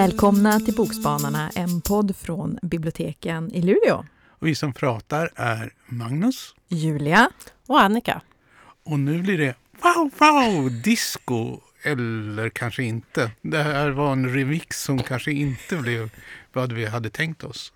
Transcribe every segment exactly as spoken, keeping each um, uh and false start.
Välkomna till Bokspanarna, en podd från biblioteken i Luleå. Och vi som pratar är Magnus, Julia och Annika. Och nu blir det wow, wow, disco. Eller kanske inte. Det här var en remix som kanske inte blev vad vi hade tänkt oss.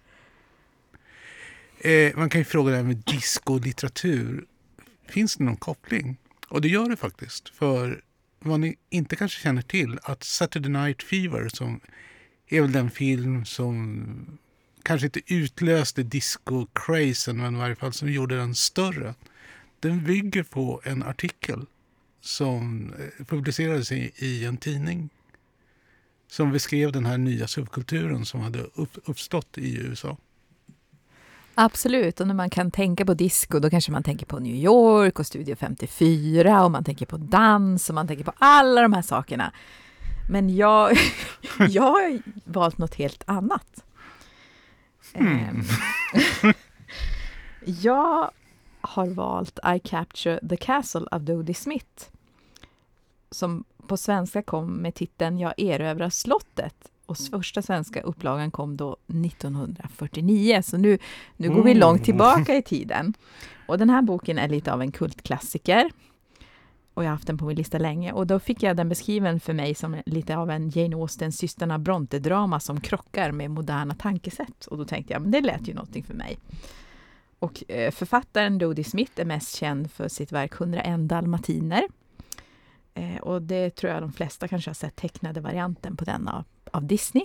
Eh, man kan ju fråga det här med disco och litteratur. Finns det någon koppling? Och det gör det faktiskt. För vad ni inte kanske känner till, att Saturday Night Fever, som är väl den film som kanske inte utlöste disco-crazen, men i varje fall som gjorde den större. Den bygger på en artikel som publicerades i, i en tidning som beskrev den här nya subkulturen som hade upp, uppstått i U S A. Absolut, och när man kan tänka på disco då kanske man tänker på New York och Studio femtiofyra och man tänker på dans och man tänker på alla de här sakerna. Men jag, jag har valt något helt annat. Mm. Jag har valt I Capture the Castle of Dodie Smith, som på svenska kom med titeln Jag erövrar slottet. Och första svenska upplagan kom då nittonhundrafyrtionio. Så nu, nu går vi långt tillbaka i tiden. Och den här boken är lite av en kultklassiker. Och jag har haft den på min lista länge. Och då fick jag den beskriven för mig som lite av en Jane Austens Systrarna Bronte-drama som krockar med moderna tankesätt. Och då tänkte jag, men det lät ju någonting för mig. Och eh, författaren Dodie Smith är mest känd för sitt verk hundraen dalmatiner. Eh, och det tror jag de flesta kanske har sett tecknade varianten på den av, av Disney.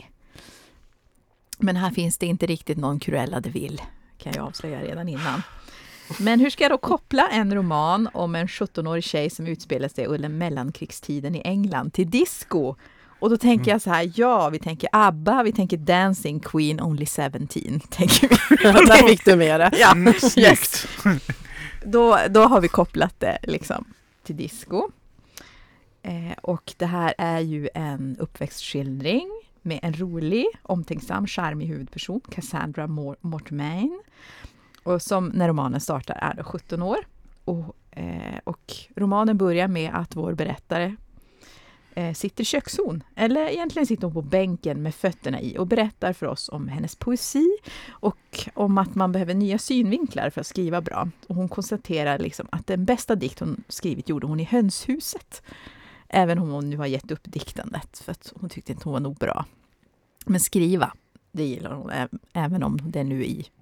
Men här finns det inte riktigt någon Cruella de Vil, kan jag avslöja redan innan. Men hur ska jag då koppla en roman om en sjuttonårig tjej som utspelar sig under mellankrigstiden i England till disco? Och då tänker jag så här, ja, vi tänker ABBA, vi tänker Dancing Queen Only seventeen. Tänker vi. Där fick du med det. Ja, yes. då, då har vi kopplat det liksom till disco. Eh, och det här är ju en uppväxtskildring med en rolig, omtänksam, charmig huvudperson, Cassandra Mortmain. Och som när romanen startar är det sjutton år. Och, eh, och romanen börjar med att vår berättare eh, sitter i kökshon. Eller egentligen sitter hon på bänken med fötterna i och berättar för oss om hennes poesi. Och om att man behöver nya synvinklar för att skriva bra. Och hon konstaterar liksom att den bästa dikt hon skrivit gjorde hon i hönshuset. Även om hon nu har gett upp diktandet för att hon tyckte inte hon var nog bra. Men skriva, det gillar hon ä- även om det är nu i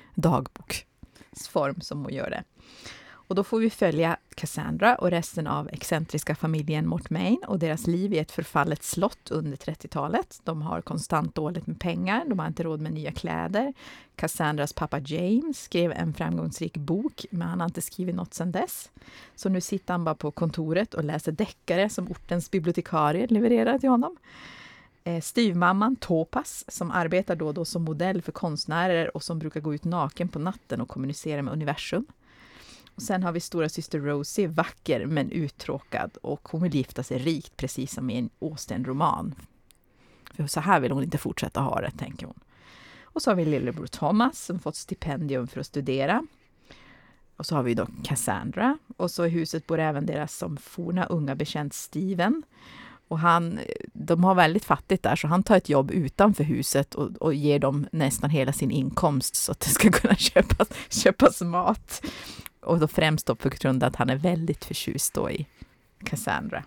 dagboksform som hon gör det. Och då får vi följa Cassandra och resten av excentriska familjen Mortmain och deras liv i ett förfallet slott under trettiotalet. De har konstant dåligt med pengar, de har inte råd med nya kläder. Cassandras pappa James skrev en framgångsrik bok, men han har inte skrivit något sedan dess. Så nu sitter han bara på kontoret och läser deckare som ortens bibliotekarie levererar till honom. Styvmamman Topaz som arbetar då och då som modell för konstnärer och som brukar gå ut naken på natten och kommunicera med universum. Och sen har vi stora syster Rosie, vacker men uttråkad, och hon vill gifta sig rikt precis som i en Austen-roman. För så här vill hon inte fortsätta ha det, tänker hon. Och så har vi lillebror Thomas som fått stipendium för att studera. Och så har vi då Cassandra, och så i huset bor även deras som forna unga bekänt Steven. Och han, de har väldigt fattigt där, så han tar ett jobb utanför huset och, och ger dem nästan hela sin inkomst så att det ska kunna köpas, köpas mat. Och då främst då på grund av att han är väldigt förtjust då i Cassandra.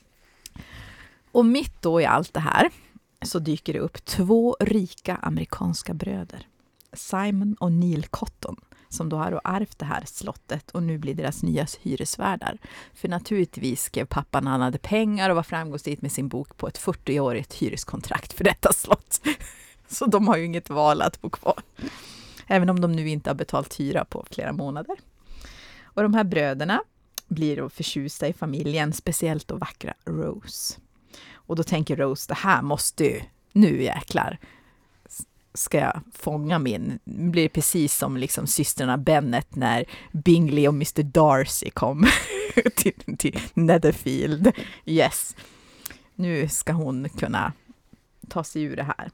Och mitt då i allt det här så dyker det upp två rika amerikanska bröder. Simon och Neil Cotton, som då har då ärvt det här slottet och nu blir deras nya hyresvärdar. För naturligtvis skrev pappan han hade pengar och var framgångsrik med sin bok på ett fyrtioårigt hyreskontrakt för detta slott. Så de har ju inget val att bo kvar. Även om de nu inte har betalt hyra på flera månader. Och de här bröderna blir då förtjusta i familjen, speciellt då vackra Rose. Och då tänker Rose, det här måste ju, nu jäklar, ska jag fånga min. Det blir precis som liksom systrarna Bennet när Bingley och mister Darcy kom till, till Netherfield. Yes, nu ska hon kunna ta sig ur det här.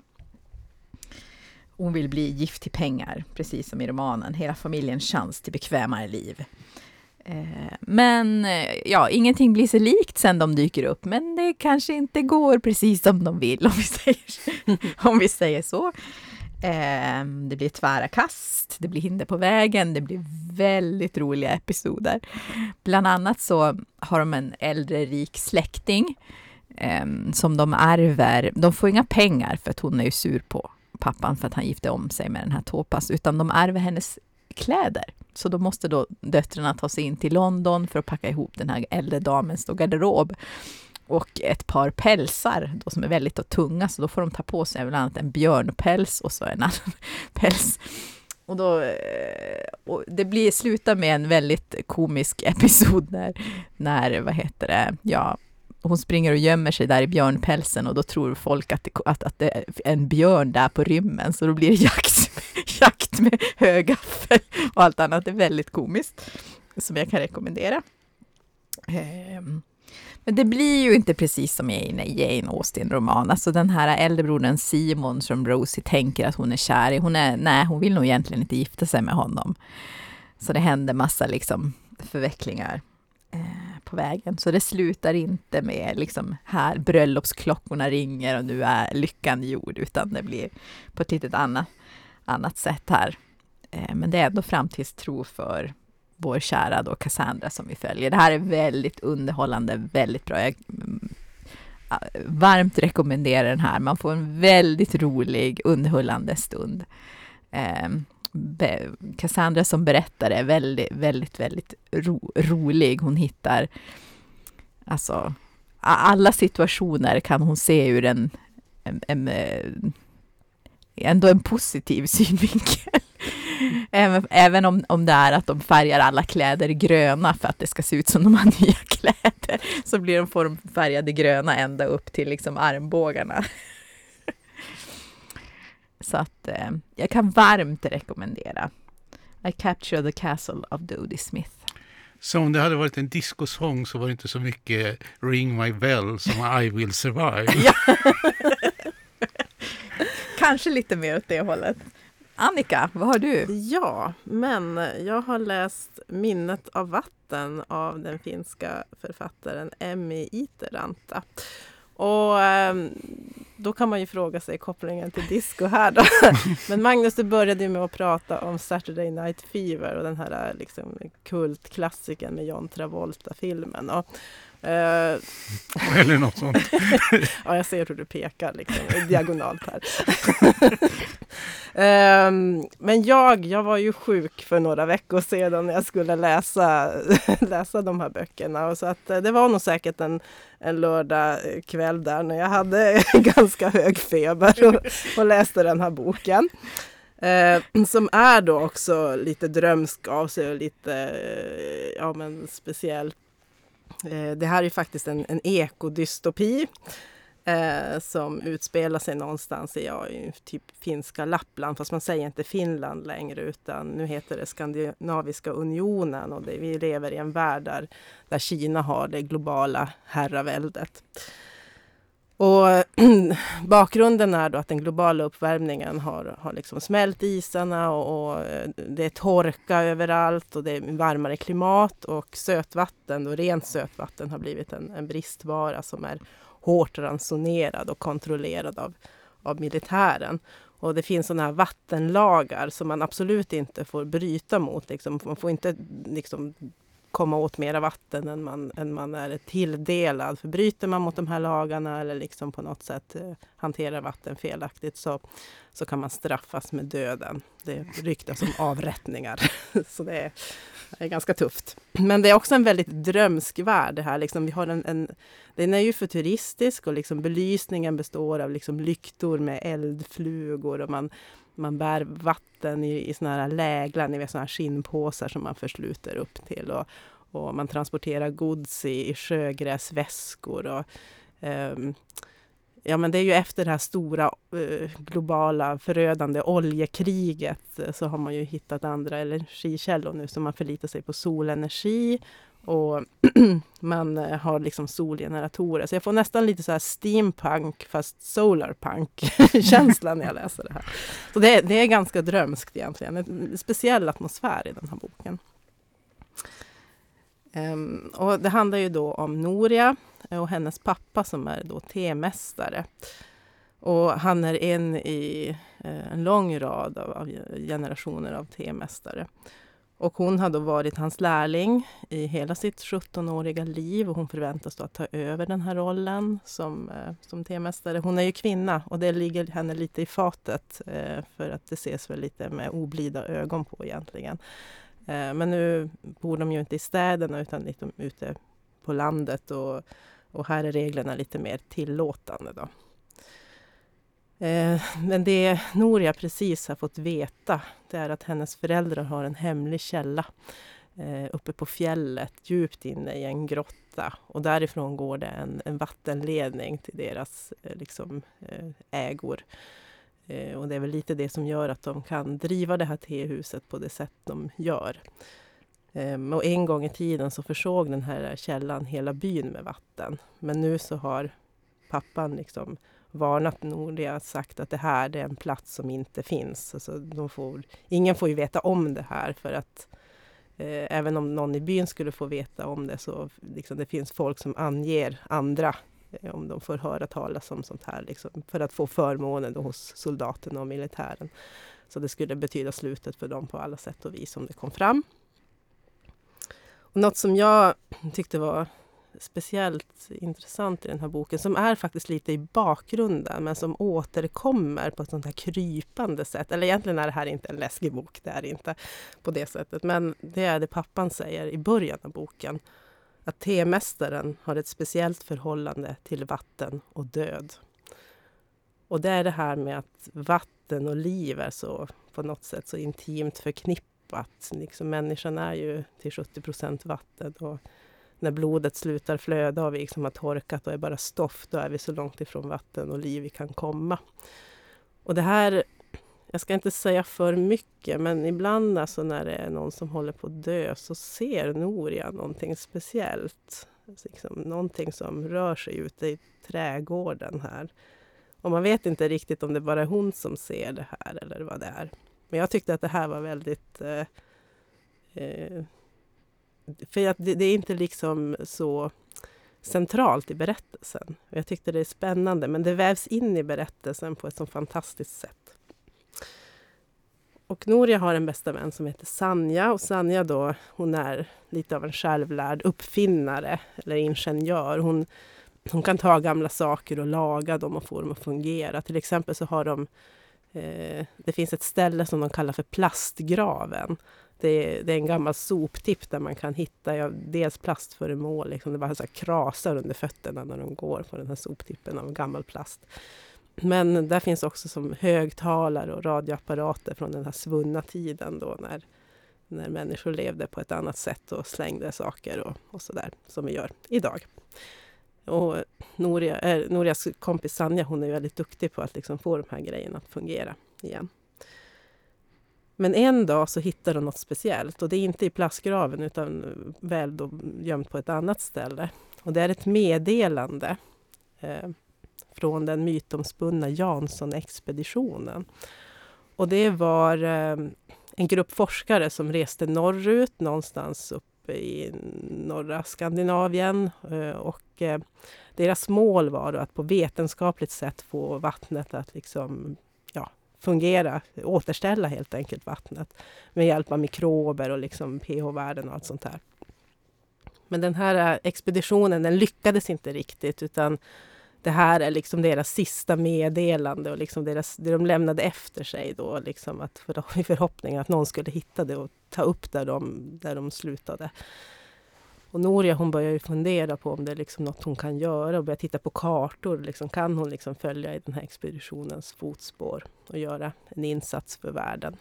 Hon vill bli gift till pengar, precis som i romanen. Hela familjens chans till bekvämare liv. Men ja, ingenting blir så likt sen de dyker upp. Men det kanske inte går precis som de vill, om vi säger, om vi säger så. Det blir tvära kast, det blir hinder på vägen, det blir väldigt roliga episoder. Bland annat så har de en äldre rik släkting som de ärver. De får inga pengar för att hon är ju sur på pappan för att han gifte om sig med den här Topaz, utan de ärver hennes kläder. Så då måste då döttrarna ta sig in till London för att packa ihop den här äldre damens garderob. Och ett par pälsar då, som är väldigt då, tunga, så då får de ta på sig bland annat en björnpäls och så en annan päls. Och då och det blir slutar med en väldigt komisk episod när, när vad heter det, ja, hon springer och gömmer sig där i björnpälsen, och då tror folk att det, att, att det är en björn där på rymmen, så då blir det jakt, jakt med högaffel och allt annat. Det är väldigt komiskt, som jag kan rekommendera. Um, Men det blir ju inte precis som i en Jane Austen-roman. Alltså den här äldrebrodern Simon som Rosie tänker att hon är kär i. Hon är, nej, hon vill nog egentligen inte gifta sig med honom. Så det händer massa liksom förvecklingar eh, på vägen. Så det slutar inte med liksom här bröllopsklockorna ringer och nu är lyckan gjord. Utan det blir på ett litet annat, annat sätt här. Eh, men det är ändå framtidstro för vår kära då Cassandra som vi följer. Det här är väldigt underhållande, väldigt bra. Jag varmt rekommenderar den här. Man får en väldigt rolig, underhållande stund. Eh, Cassandra som berättare är väldigt, väldigt, väldigt ro, rolig. Hon hittar alltså alla situationer kan hon se ur en, en, en ändå en positiv synvinkel. Även, även om, om det är att de färgar alla kläder gröna för att det ska se ut som de har nya kläder, så blir de, får de färgade gröna ända upp till liksom armbågarna. Så att eh, jag kan varmt rekommendera I Capture the Castle of Dodie Smith. Så om det hade varit en discosång så var det inte så mycket Ring My Bell som I Will Survive. Ja. Kanske lite mer åt det hållet. Annika, vad har du? Ja, men jag har läst Minnet av vatten av den finska författaren Emmi Iteranta. Och då kan man ju fråga sig kopplingen till disco här då. Men Magnus, du började ju med att prata om Saturday Night Fever och den här liksom kultklassikern med John Travolta-filmen. Och Uh, Eller något sånt. Ja, jag ser hur du pekar liksom, diagonalt här. um, men jag, jag var ju sjuk för några veckor sedan när jag skulle läsa, läsa de här böckerna. Och så att, det var nog säkert en, en lördag kväll där när jag hade ganska hög feber och, och läste den här boken. Uh, som är då också lite drömsk av sig och lite uh, ja, men speciellt. Det här är ju faktiskt en, en ekodystopi eh, som utspelar sig någonstans i, ja, i typ finska Lappland, fast man säger inte Finland längre utan nu heter det Skandinaviska unionen, och det, vi lever i en värld där, där Kina har det globala herraväldet. Och bakgrunden är då att den globala uppvärmningen har, har liksom smält isarna och, och det är torka överallt och det är varmare klimat, och sötvatten och rent sötvatten har blivit en, en bristvara som är hårt ransonerad och kontrollerad av, av militären. Och det finns sådana här vattenlagar som man absolut inte får bryta mot. Liksom. Man får inte liksom komma åt mera vatten än man, än man är tilldelad. För bryter man mot de här lagarna eller liksom på något sätt eh, hanterar vatten felaktigt så, så kan man straffas med döden. Det ryktas om avrättningar. Så det är, det är ganska tufft. Men det är också en väldigt drömsk värld det här. Liksom, vi har en, en, den är ju futuristisk och liksom belysningen består av liksom lyktor med eldflugor och man Man bär vatten i, i såna här läglar, ni vet såna här skinnpåsar som man försluter upp till. Och, och man transporterar gods i, i sjögräsväskor. Och, um, ja, men det är ju efter det här stora uh, globala förödande oljekriget så har man ju hittat andra energikällor nu. Så man förlitar sig på solenergi. Och man har liksom solgeneratorer. Så jag får nästan lite så här steampunk fast solarpunk-känsla när jag läser det här. Så det är, det är ganska drömskt egentligen. En speciell atmosfär i den här boken. Um, och det handlar ju då om Noria och hennes pappa som är då temästare. Och han är en i eh, en lång rad av, av generationer av temästare. Och hon har då varit hans lärling i hela sitt sjuttonåriga liv och hon förväntas då att ta över den här rollen som, eh, som temästare. Hon är ju kvinna och det ligger henne lite i fatet eh, för att det ses väl lite med oblida ögon på egentligen. Eh, men nu bor de ju inte i städerna utan lite ute på landet och, och här är reglerna lite mer tillåtande då. Eh, men det Noria precis har fått veta det är att hennes föräldrar har en hemlig källa eh, uppe på fjället, djupt inne i en grotta. Och därifrån går det en, en vattenledning till deras eh, liksom, eh, ägor. Eh, och det är väl lite det som gör att de kan driva det här tehuset på det sätt de gör. Eh, och en gång i tiden så försåg den här källan hela byn med vatten. Men nu så har pappan liksom varnat Noria, sagt att det här det är en plats som inte finns. Alltså de får, ingen får ju veta om det här för att eh, även om någon i byn skulle få veta om det så liksom, det finns folk som anger andra eh, om de får höra talas om sånt här liksom, för att få förmånen då hos soldaterna och militären. Så det skulle betyda slutet för dem på alla sätt och vis om det kom fram. Och något som jag tyckte var speciellt intressant i den här boken som är faktiskt lite i bakgrunden men som återkommer på ett sånt här krypande sätt. Eller egentligen är det här inte en läskig bok, det är det inte på det sättet. Men det är det pappan säger i början av boken. Att temästaren har ett speciellt förhållande till vatten och död. Och det är det här med att vatten och liv är så på något sätt så intimt förknippat. Liksom människan är ju till sjuttio procent vatten och när blodet slutar flöda och vi liksom har torkat och är bara stoff, då är vi så långt ifrån vatten och liv vi kan komma. Och det här, jag ska inte säga för mycket, men ibland alltså när det är någon som håller på att dö så ser Noria någonting speciellt. Alltså liksom någonting som rör sig ute i trädgården här. Och man vet inte riktigt om det bara är hon som ser det här eller vad det är. Men jag tyckte att det här var väldigt... Eh, eh, För att det, det är inte liksom så centralt i berättelsen. Jag tyckte det är spännande men det vävs in i berättelsen på ett så fantastiskt sätt. Och Noria har en bästa vän som heter Sanja. Och Sanja då, hon är lite av en självlärd uppfinnare eller ingenjör. Hon, hon kan ta gamla saker och laga dem och få dem att fungera. Till exempel så har de, eh, det finns ett ställe som de kallar för plastgraven. Det är, det är en gammal soptipp där man kan hitta ja, dels plastföremål. Liksom, det bara så här krasar under fötterna när de går på den här soptippen av gammal plast. Men där finns också som högtalare och radioapparater från den här svunna tiden då när, när människor levde på ett annat sätt och slängde saker och, och sådär som vi gör idag. Och Noria, äh, Norias kompis Sanja, hon är väldigt duktig på att liksom få de här grejerna att fungera igen. Men en dag så hittar de något speciellt och det är inte i plastgraven utan väl då gömt på ett annat ställe. Och det är ett meddelande eh, från den mytomspunna Jansson-expeditionen. Och det var eh, en grupp forskare som reste norrut någonstans uppe i norra Skandinavien eh, och eh, deras mål var då att på vetenskapligt sätt få vattnet att liksom fungera, återställa helt enkelt vattnet med hjälp av mikrober och liksom pH-värden och allt sånt här. Men den här expeditionen den lyckades inte riktigt utan det här är liksom deras sista meddelande och liksom deras, det de lämnade efter sig då liksom att för, i förhoppning att någon skulle hitta det och ta upp där de, där de slutade. Och Noria hon börjar ju fundera på om det är liksom något hon kan göra och börjar titta på kartor. Liksom, kan hon liksom följa i den här expeditionens fotspår och göra en insats för världen.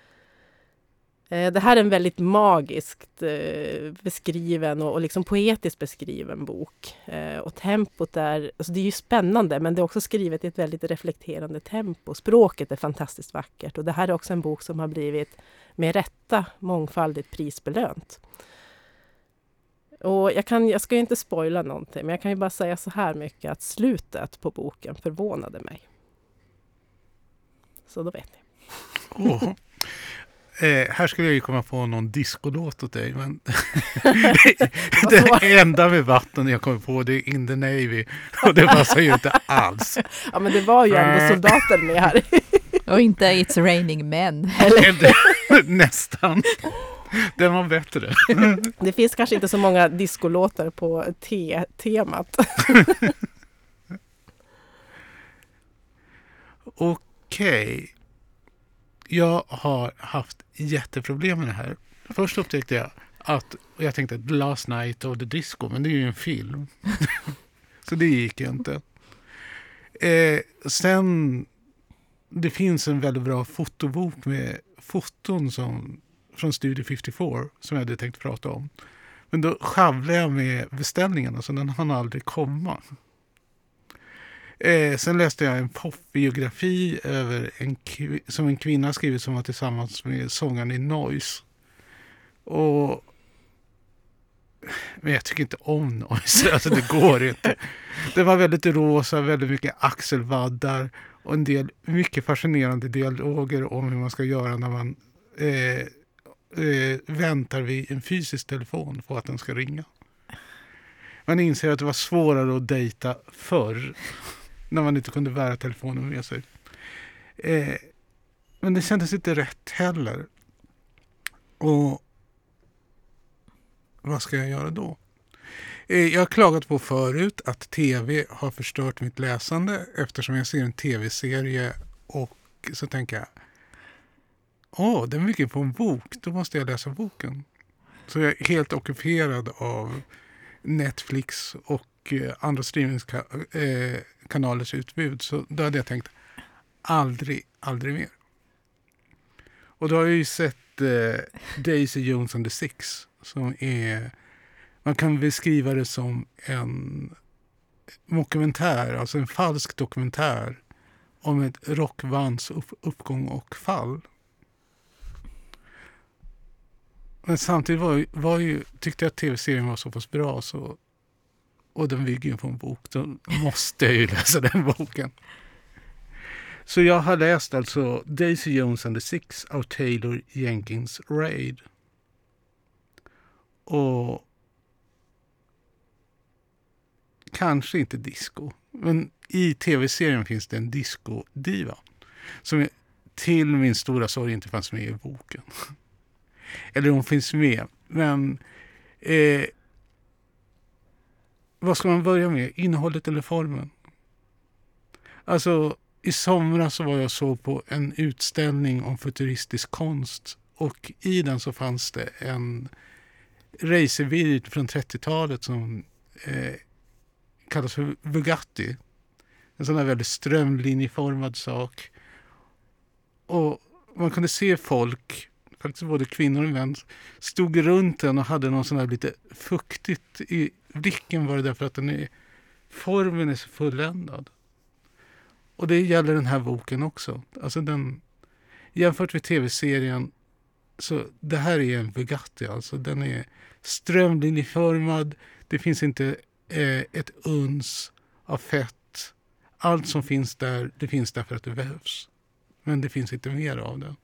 Eh, det här är en väldigt magiskt eh, beskriven och, och liksom poetiskt beskriven bok. Eh, och tempot är, alltså det är ju spännande men det är också skrivet i ett väldigt reflekterande tempo. Språket är fantastiskt vackert och det här är också en bok som har blivit med rätta mångfaldigt prisbelönt. Och jag, kan, jag ska ju inte spoila någonting, men jag kan ju bara säga så här mycket att slutet på boken förvånade mig. Så då vet ni. Oh. Eh, här skulle jag ju komma på någon discolåt åt dig, men det enda med vatten jag kommer på det är In the Navy, och det passar ju inte alls. Ja, men det var ju ändå soldater med här. Och inte It's Raining Men. Nästan. Den var bättre. Det finns kanske inte så många discolåtar på te-temat. Okej. Jag har haft jätteproblem med det här. Först upptäckte jag att, och jag tänkte att Last Night of the Disco, men det är ju en film. Så det gick ju inte. Eh, sen, det finns en väldigt bra fotobok med foton som, från Studio femtiofyra som jag hade tänkt prata om. Men då skavlade jag med beställningarna, så den hann aldrig komma. Eh, sen läste jag en popbiografi över en kv- som en kvinna skrivit som var tillsammans med sångaren i Noise. Och men jag tycker inte om Noise, alltså det går inte. Det var väldigt rosa, väldigt mycket axelvaddar och en del mycket fascinerande dialoger om hur man ska göra när man eh, eh, väntar vid en fysisk telefon på att den ska ringa. Man inser att det var svårare att dejta förr, när man inte kunde bära telefonen med sig. Eh, men det kändes inte rätt heller. Och vad ska jag göra då? Eh, jag har klagat på förut att tv har förstört mitt läsande, eftersom jag ser en tv-serie och så tänker jag, åh, den bygger på en bok, då måste jag läsa boken. Så jag är helt ockuperad av Netflix och eh, andra streamingkanalers utbud. Så då hade jag tänkt, aldrig, aldrig mer. Och då har jag ju sett eh, Daisy Jones and the Six, som är, man kan beskriva det som en dokumentär, alltså en falsk dokumentär om ett rockbands upp, uppgång och fall. Men samtidigt var, var ju, tyckte jag att tv-serien var så pass bra, så, och den bygger ju på en bok, då måste jag ju läsa den boken. Så jag har läst alltså Daisy Jones and the Six av Taylor Jenkins Reid. Och kanske inte disco, men i tv-serien finns det en disco-diva som till min stora sorg inte fanns med i boken. Eller hon finns med, men eh, vad ska man börja med? Innehållet eller formen? Alltså, i somras så var jag så på en utställning om futuristisk konst, och i den så fanns det en racerbil från trettiotalet som eh, kallas för Bugatti. En sån här väldigt strömlinjeformad sak. Och man kunde se folk, faktiskt både kvinnor och män, stod runt den och hade någon sån här lite fuktigt i blicken, var det därför att den är, formen är så fulländad. Och det gäller den här boken också. Alltså den, jämfört med tv-serien, så det här är en Bugatti, alltså den är strömlinjeformad, det finns inte eh, ett uns av fett. Allt som finns där, det finns där för att det behövs. Men det finns inte mer av det.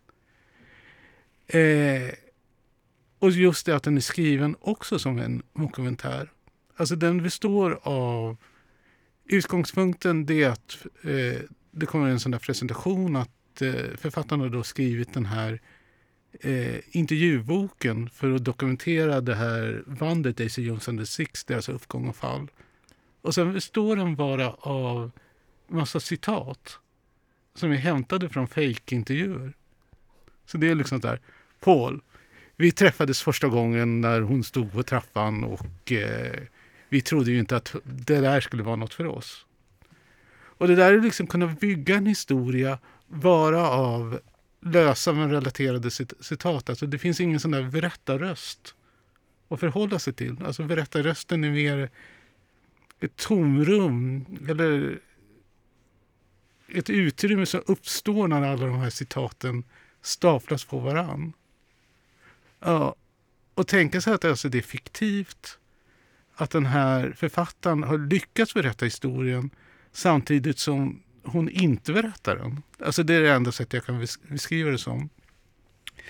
Eh, och just det att den är skriven också som en dokumentär. Alltså den består av, utgångspunkten det är att eh, det kommer en sån där presentation att eh, författarna då skrivit den här eh, intervjuboken för att dokumentera det här bandet Daisy Jones and the Six, deras uppgång och fall. Och sen består den bara av massa citat som är hämtade från fake-intervjuer. Så det är liksom där, Paul, vi träffades första gången när hon stod på trappan och eh, vi trodde ju inte att det där skulle vara något för oss. Och det där är liksom kunna bygga en historia bara av lösa men relaterade citat. Alltså det finns ingen sån där berättarröst att förhålla sig till. Alltså berättarrösten är mer ett tomrum eller ett utrymme som uppstår när alla de här citaten staplas på varann. Ja, och tänka sig att alltså det är fiktivt, att den här författaren har lyckats berätta historien samtidigt som hon inte berättar den. Alltså det är det enda sättet jag kan beskriva det som.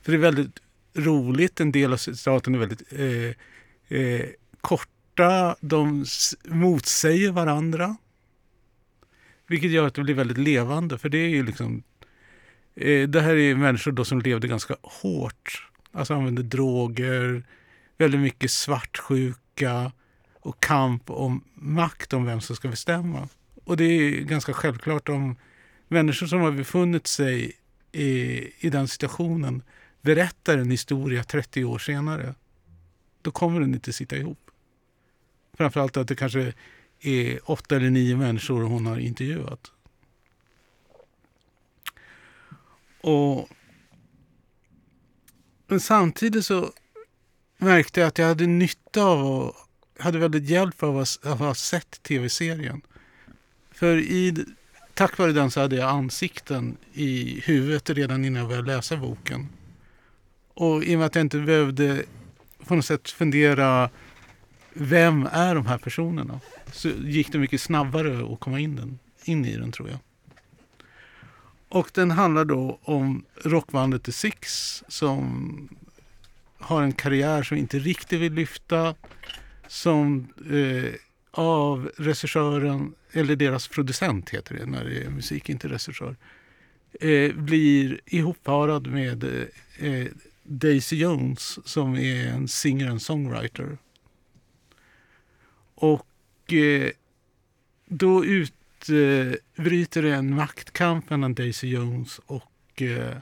För det är väldigt roligt, en del av citaten är väldigt eh, eh, korta, de motsäger varandra. Vilket gör att det blir väldigt levande, för det är ju liksom eh, det här är människor då som levde ganska hårt. Alltså använde droger, väldigt mycket svartsjuka och kamp om makt om vem som ska bestämma. Och det är ganska självklart om människor som har befunnit sig i, i den situationen berättar en historia trettio år senare. Då kommer den inte sitta ihop. Framförallt att det kanske är åtta eller nio människor hon har intervjuat. Och men samtidigt så märkte jag att jag hade nytta av och hade väldigt hjälp av att, av att ha sett tv-serien. För i, tack vare den så hade jag ansikten i huvudet redan innan jag började läsa boken. Och i och med att jag inte behövde på något sätt fundera vem är de här personerna, så gick det mycket snabbare att komma in, den, in i den, tror jag. Och den handlar då om rockbandet The Six som har en karriär som inte riktigt vill lyfta, som eh, av regissören, eller deras producent heter det när det är musik, inte regissör, eh, blir ihopparad med eh, Daisy Jones som är en singer and songwriter. Och eh, då utbryter det en maktkamp mellan Daisy Jones och eh,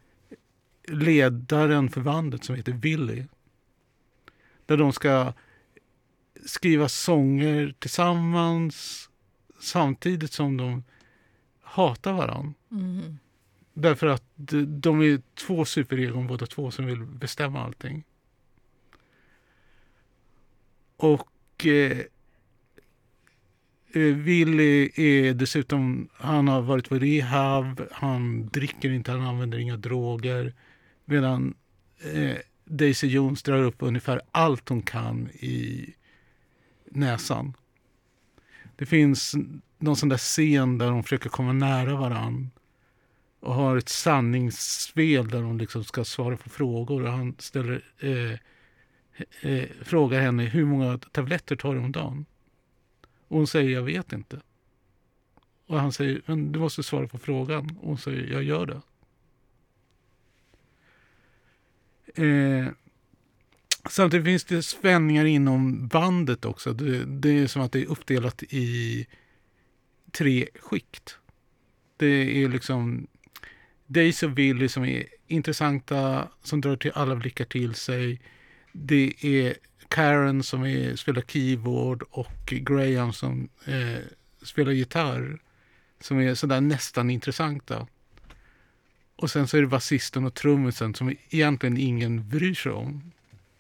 ledaren för bandet som heter Billy. Där de ska skriva sånger tillsammans samtidigt som de hatar varandra. Mm. Därför att de är två superegon båda två som vill bestämma allting. Och eh, Willy är dessutom, han har varit på rehab, han dricker inte, han använder inga droger. Medan eh, Daisy Jones drar upp ungefär allt hon kan i näsan. Det finns någon sån där scen där de försöker komma nära varann och har ett sanningsspel där de liksom ska svara på frågor, och han ställer eh, eh, frågar henne hur många tabletter tar du om dagen, och hon säger jag vet inte, och han säger men du måste svara på frågan, och hon säger jag gör det. Eh, samtidigt finns det spänningar inom bandet också. Det, det är som att det är uppdelat i tre skikt. Det är liksom Daisy och Billy som är intressanta, som drar till alla blickar till sig. Det är Karen som är, spelar keyboard, och Graham som eh, spelar gitarr, som är sådär nästan intressanta. Och sen så är det basisten och trummisen som egentligen ingen bryr sig om.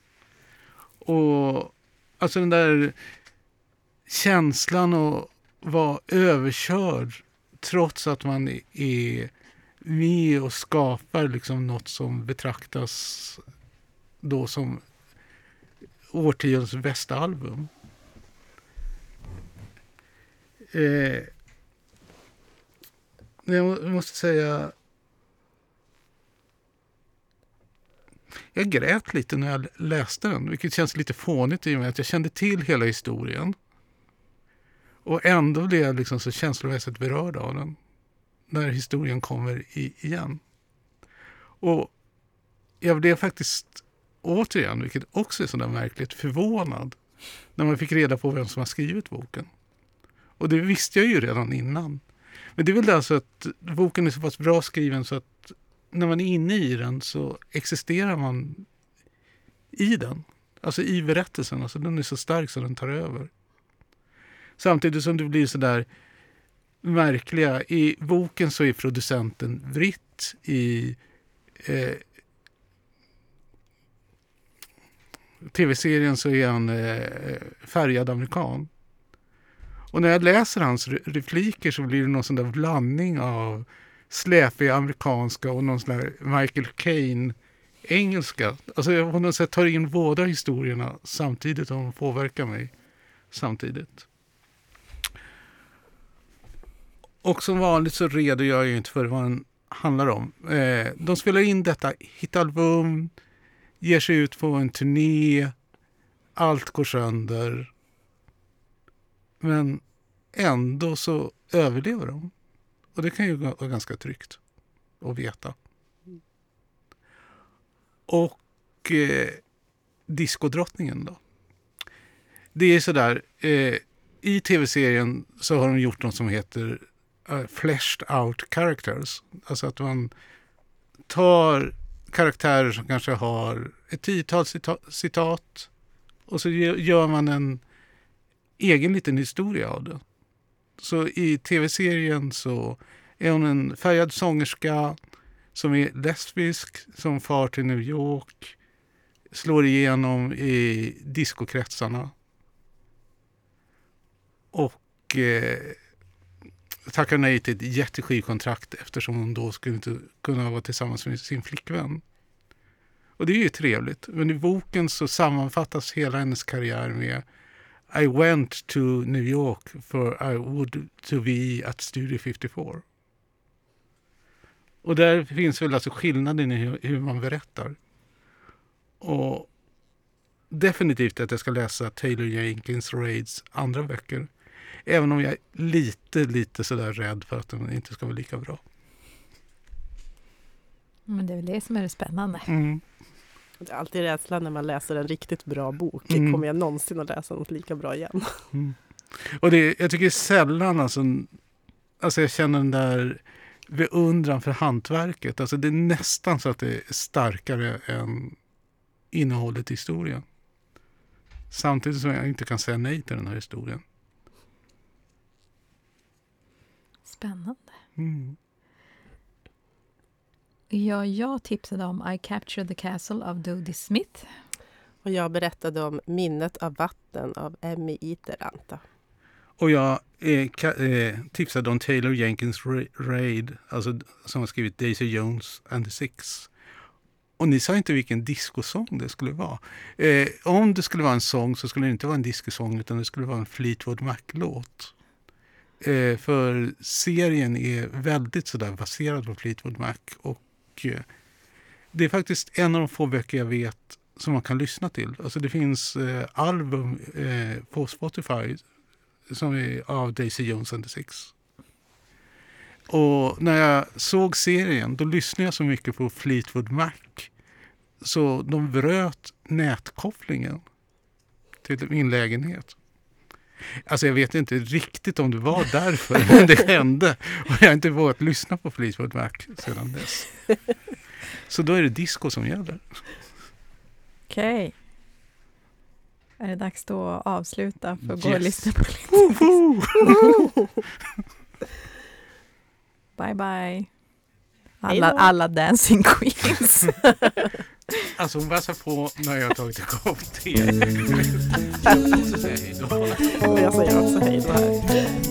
Och alltså den där känslan att vara överkörd trots att man är med och skapar liksom något som betraktas då som årtiondets bästa album. Eh, jag måste säga, jag grät lite när jag läste den, vilket känns lite fånigt i och med att jag kände till hela historien. Och ändå blev jag liksom så känslomässigt berörd av den när historien kommer i, igen. Och jag blev faktiskt återigen, vilket också är sådär märkligt, förvånad när man fick reda på vem som har skrivit boken. Och det visste jag ju redan innan. Men det är väl alltså att boken är så pass bra skriven så att när man är inne i den så existerar man i den. Alltså i berättelsen. Alltså den är så stark så den tar över. Samtidigt som det blir så där märkliga. I boken så är producenten Britt. I eh, tv-serien så är han eh, färgad amerikan. Och när jag läser hans re- repliker så blir det någon sån där blandning av släpig amerikanska och någon sån där Michael Caine engelska. Alltså jag på något sätt tar in båda historierna samtidigt och de påverkar mig samtidigt. Och som vanligt så redogör jag ju inte för vad den handlar om. Eh, de spelar in detta hitalbum, ger sig ut på en turné, allt går sönder. Men ändå så överlever de. Och det kan ju vara ganska tryggt att veta. Och eh, diskodrottningen då. Det är sådär, eh, i tv-serien så har de gjort något som heter uh, fleshed out characters. Alltså att man tar karaktärer som kanske har ett tiotal cita- citat och så gör man en egen liten historia av det. Så i tv-serien så är hon en färgad sångerska som är lesbisk, som far till New York, slår igenom i diskokretsarna och eh, tackar nej till ett jätteskivkontrakt eftersom hon då skulle inte kunna vara tillsammans med sin flickvän. Och det är ju trevligt. Men i boken så sammanfattas hela hennes karriär med I went to New York for I would to be at Studio femtiofyra. Och där finns väl alltså skillnaden i hur, hur man berättar. Och definitivt att jag ska läsa Taylor Jenkins Reids andra böcker. Även om jag är lite, lite sådär rädd för att de inte ska vara lika bra. Men det är väl det som är det spännande. Mm. Det är alltid rädslan när man läser en riktigt bra bok. Mm. Kommer jag någonsin att läsa något lika bra igen? Mm. Och det, jag tycker sällan, alltså, alltså jag känner den där beundran för hantverket. Alltså det är nästan så att det är starkare än innehållet i historien. Samtidigt som jag inte kan säga nej till den här historien. Spännande. Mm. Ja, jag tipsade om I Captured the Castle av Dodie Smith. Och jag berättade om Minnet av vatten av Emmy Iteranta. Och jag eh, ka- eh, tipsade om Taylor Jenkins Reid, alltså, som har skrivit Daisy Jones and the Six. Och ni sa inte vilken discosång det skulle vara. Eh, om det skulle vara en sång så skulle det inte vara en discosång utan det skulle vara en Fleetwood Mac-låt. Eh, för serien är väldigt sådär baserad på Fleetwood Mac och eh, det är faktiskt en av de få böcker jag vet som man kan lyssna till. Alltså det finns eh, album eh, på Spotify som är av Daisy Jones and the Six. Och när jag såg serien då lyssnade jag så mycket på Fleetwood Mac så de bröt nätkopplingen till min lägenhet. Alltså jag vet inte riktigt om det var därför, men det hände. Och jag har inte vågat lyssna på Fleetwood Mac sedan dess. Så då är det disco som gäller. Okej. Okay. Är det dags då att avsluta för att Yes. gå och lyssna på lite? Bye bye. Alla, alla dancing queens. Alltså hon passar på när jag har tagit en kopp te. Jag måste säga hej då. Och jag säger också hej då här.